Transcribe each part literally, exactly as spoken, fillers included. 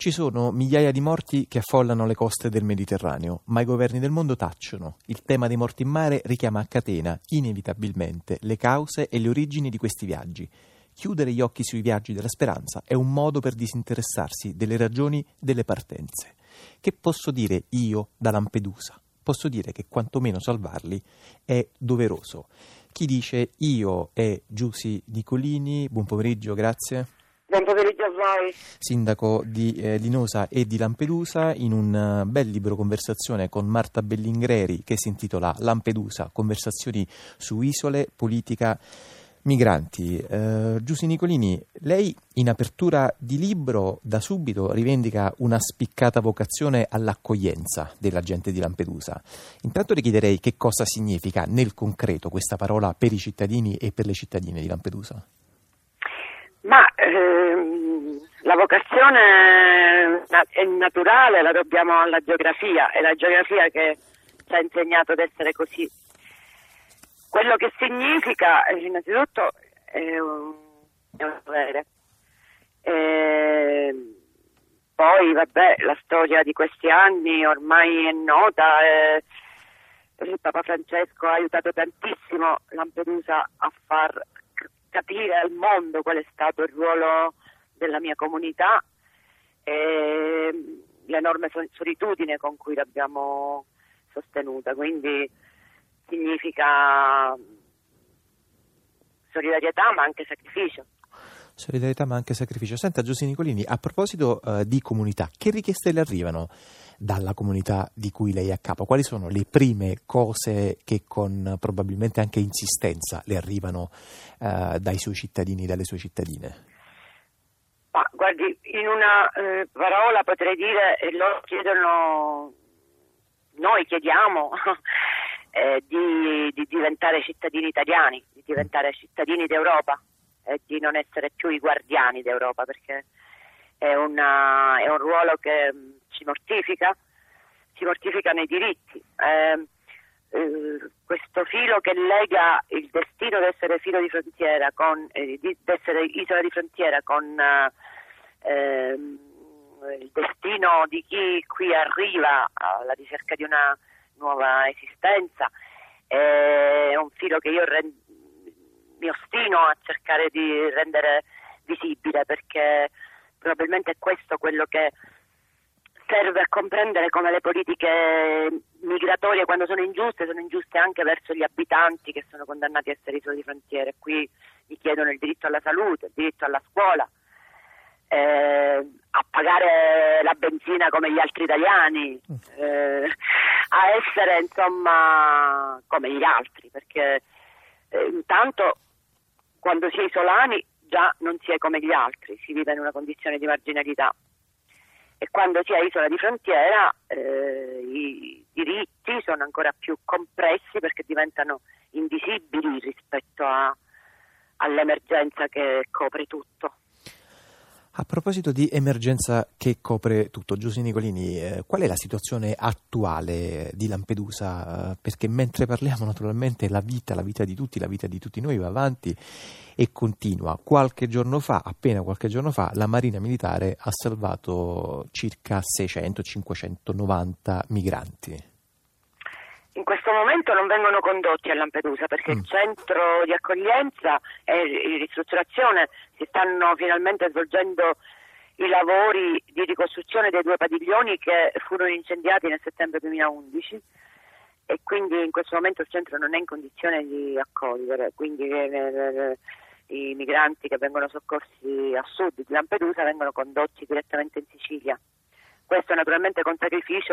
Ci sono migliaia di morti che affollano le coste del Mediterraneo, ma i governi del mondo tacciono. Il tema dei morti in mare richiama a catena, inevitabilmente, le cause e le origini di questi viaggi. Chiudere gli occhi sui viaggi della speranza è un modo per disinteressarsi delle ragioni delle partenze. Che posso dire io da Lampedusa? Posso dire che quantomeno salvarli è doveroso. Chi dice io è Giusy Nicolini. Buon pomeriggio, grazie. Buon pomeriggio a voi. Sindaco di eh, Linosa e di Lampedusa, in un uh, bel libro conversazione con Marta Bellingreri che si intitola Lampedusa, conversazioni su isole, politica, migranti. Uh, Giusy Nicolini, lei in apertura di libro da subito rivendica una spiccata vocazione all'accoglienza della gente di Lampedusa. Intanto le chiederei che cosa significa nel concreto questa parola per i cittadini e per le cittadine di Lampedusa. Ma ehm, la vocazione è naturale, la dobbiamo alla geografia, è la geografia che ci ha insegnato ad essere così. Quello che significa, innanzitutto, è un, è un dovere. E poi, vabbè, la storia di questi anni ormai è nota. E il Papa Francesco ha aiutato tantissimo Lampedusa a far capire al mondo qual è stato il ruolo della mia comunità e l'enorme solitudine con cui l'abbiamo sostenuta. Quindi significa solidarietà ma anche sacrificio. Solidarietà ma anche sacrificio. Senta Giusy Nicolini, a proposito uh, di comunità, che richieste le arrivano dalla comunità di cui lei è a capo? Quali sono le prime cose che con probabilmente anche insistenza le arrivano uh, dai suoi cittadini, dalle sue cittadine? Ma guardi, in una eh, parola potrei dire, e loro chiedono, noi chiediamo eh, di, di diventare cittadini italiani, di diventare cittadini d'Europa e di non essere più i guardiani d'Europa, perché è, una, è un ruolo che ci mortifica, ci mortifica nei diritti. Eh, eh, questo filo che lega il destino di essere filo di frontiera con eh, di essere isola di frontiera con eh, il destino di chi qui arriva alla ricerca di una nuova esistenza è un filo che io rend- mi ostino a cercare di rendere visibile, perché probabilmente è questo quello che serve a comprendere come le politiche migratorie, quando sono ingiuste, sono ingiuste anche verso gli abitanti che sono condannati a essere isole di frontiera. Qui gli chiedono il diritto alla salute, il diritto alla scuola, eh, a pagare la benzina come gli altri italiani, eh, a essere insomma come gli altri, perché eh, intanto quando si è isolani già non si è come gli altri, si vive in una condizione di marginalità. E quando si è isola di frontiera eh, i diritti sono ancora più compressi perché diventano invisibili rispetto a, all'emergenza che copre tutto. A proposito di emergenza che copre tutto, Giusy Nicolini, eh, qual è la situazione attuale di Lampedusa? Eh, perché mentre parliamo naturalmente la vita, la vita di tutti, la vita di tutti noi va avanti e continua. Qualche giorno fa, appena qualche giorno fa, la Marina Militare ha salvato circa seicento cinquecentonovanta migranti. In questo momento non vengono condotti a Lampedusa perché mm. il centro di accoglienza e di ristrutturazione si stanno finalmente svolgendo i lavori di ricostruzione dei due padiglioni che furono incendiati nel settembre duemilaundici e quindi in questo momento il centro non è in condizione di accogliere, quindi eh, eh, i migranti che vengono soccorsi a sud di Lampedusa vengono condotti direttamente in Sicilia. Questo naturalmente con sacrificio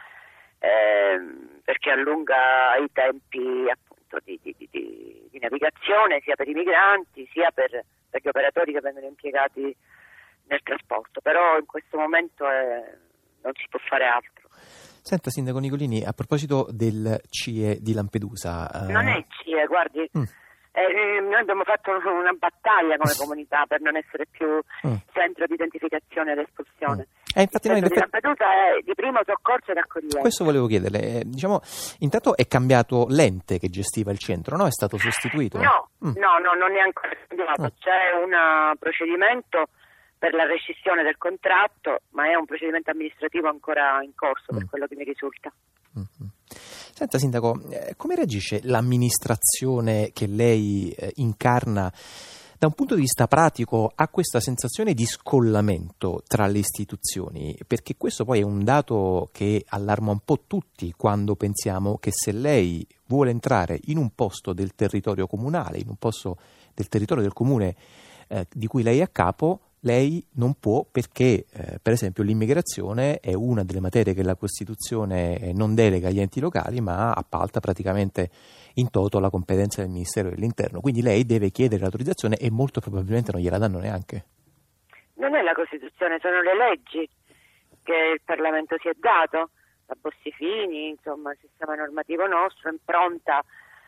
Eh, perché allunga i tempi appunto di, di, di, di navigazione sia per i migranti sia per, per gli operatori che vengono impiegati nel trasporto, però in questo momento eh, non si può fare altro. Senta Sindaco Nicolini, a proposito del C I E di Lampedusa... Uh... Non è il C I E, guardi, mm. eh, noi abbiamo fatto una battaglia come comunità per non essere più mm. centro di identificazione ed espulsione. Mm. Eh, infatti il noi di Lampedusa è di primo soccorso ed accoglienza. Questo volevo chiederle, eh, diciamo, intanto è cambiato l'ente che gestiva il centro, no? È stato sostituito? No, mm. no, no, non è ancora cambiato, mm. c'è un procedimento per la rescissione del contratto, ma è un procedimento amministrativo ancora in corso, per mm. quello che mi risulta. Mm-hmm. Senta Sindaco, eh, come reagisce l'amministrazione che lei eh, incarna da un punto di vista pratico a questa sensazione di scollamento tra le istituzioni? Perché questo poi è un dato che allarma un po' tutti quando pensiamo che se lei vuole entrare in un posto del territorio comunale, in un posto del territorio del comune eh, di cui lei è a capo, lei non può perché, eh, per esempio, l'immigrazione è una delle materie che la Costituzione non delega agli enti locali, ma appalta praticamente in toto la competenza del Ministero dell'Interno. Quindi lei deve chiedere l'autorizzazione e molto probabilmente non gliela danno neanche. Non è la Costituzione, sono le leggi che il Parlamento si è dato, la Bossi-Fini, insomma il sistema normativo nostro impronta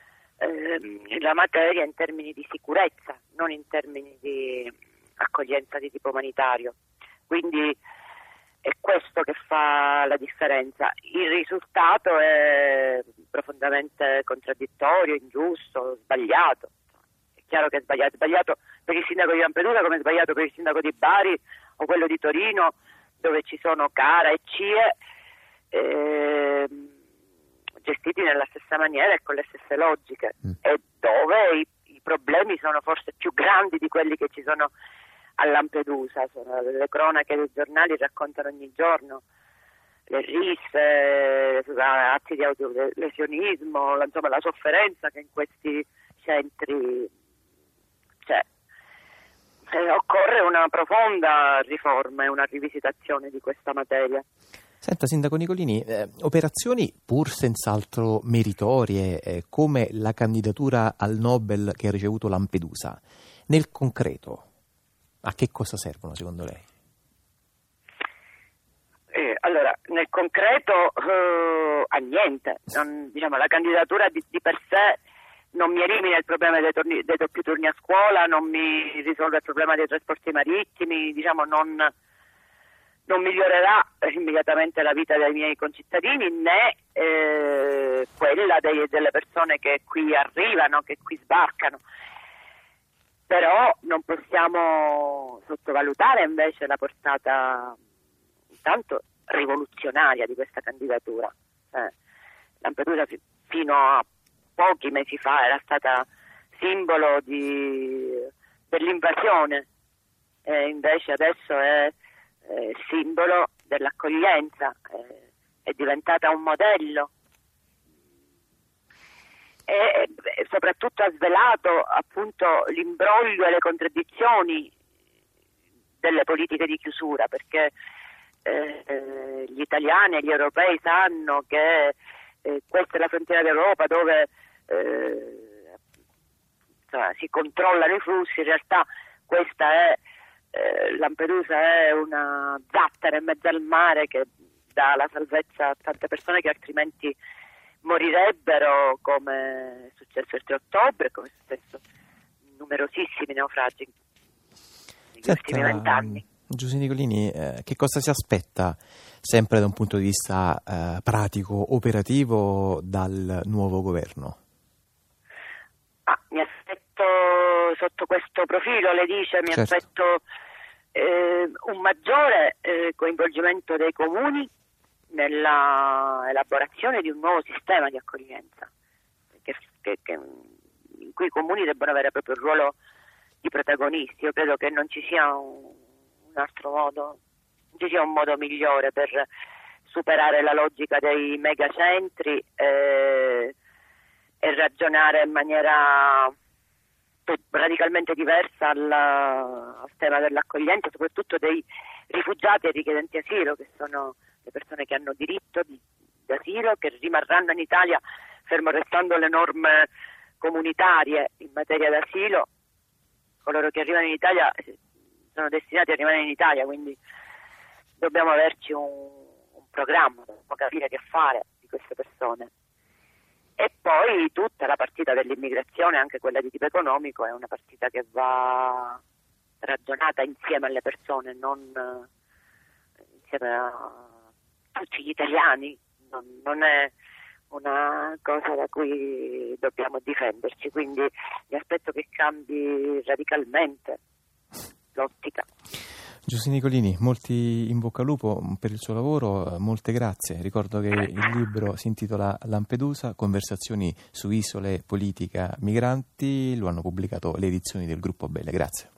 eh, la materia in termini di sicurezza, non in termini di accoglienza di tipo umanitario, quindi è questo che fa la differenza. Il risultato è profondamente contraddittorio, ingiusto, sbagliato. È chiaro che è sbagliato, è sbagliato per il sindaco di Lampedusa come è sbagliato per il sindaco di Bari o quello di Torino, dove ci sono Cara e C I E eh, gestiti nella stessa maniera e con le stesse logiche, mm. e dove i, i problemi sono forse più grandi di quelli che ci sono a Lampedusa. Sono le cronache dei giornali raccontano ogni giorno le risse, atti di autolesionismo, insomma la sofferenza che in questi centri c'è. Eh, occorre una profonda riforma e una rivisitazione di questa materia. Senta Sindaco Nicolini, eh, operazioni pur senz'altro meritorie eh, come la candidatura al Nobel che ha ricevuto Lampedusa, nel concreto a che cosa servono secondo lei? Eh, allora, nel concreto eh, a niente. Non, diciamo, la candidatura di, di per sé non mi elimina il problema dei, torni, dei doppi turni a scuola, non mi risolve il problema dei trasporti marittimi, diciamo non, non migliorerà immediatamente la vita dei miei concittadini né eh, quella dei, delle persone che qui arrivano, che qui sbarcano. Però non possiamo sottovalutare invece la portata intanto rivoluzionaria di questa candidatura. Eh, Lampedusa f- fino a pochi mesi fa era stata simbolo di, dell'invasione, e invece adesso è eh, simbolo dell'accoglienza, eh, è diventata un modello. E soprattutto ha svelato appunto l'imbroglio e le contraddizioni delle politiche di chiusura, perché eh, gli italiani e gli europei sanno che eh, questa è la frontiera d'Europa dove eh, insomma, si controllano i flussi. In realtà questa è eh, Lampedusa è una zattera in mezzo al mare che dà la salvezza a tante persone che altrimenti morirebbero, come è successo il tre ottobre, come è successo numerosissimi naufragi negli ultimi vent'anni. Giuseppe Nicolini, eh, che cosa si aspetta sempre da un punto di vista eh, pratico, operativo dal nuovo governo? Ah, mi aspetto sotto questo profilo, le dice, mi certo. aspetto eh, un maggiore eh, coinvolgimento dei comuni nella elaborazione di un nuovo sistema di accoglienza che, che, che, in cui i comuni debbono avere proprio il ruolo di protagonisti. Io credo che non ci sia un, un altro modo, non ci sia un modo migliore per superare la logica dei megacentri eh, e ragionare in maniera radicalmente diversa al, al tema dell'accoglienza, soprattutto dei rifugiati e richiedenti asilo, che sono le persone che hanno diritto di, di asilo, che rimarranno in Italia fermo restando le norme comunitarie in materia d'asilo. Coloro che arrivano in Italia sono destinati a rimanere in Italia, quindi dobbiamo averci un, un programma, dobbiamo capire che fare di queste persone. E poi tutta la partita dell'immigrazione, anche quella di tipo economico, è una partita che va ragionata insieme alle persone, non insieme a tutti gli italiani. Non, non è una cosa da cui dobbiamo difenderci, quindi mi aspetto che cambi radicalmente l'ottica. Giusy Nicolini, molti in bocca al lupo per il suo lavoro, molte grazie. Ricordo che il libro si intitola Lampedusa, conversazioni su isole, politica, migranti, lo hanno pubblicato le edizioni del Gruppo Belle. Grazie.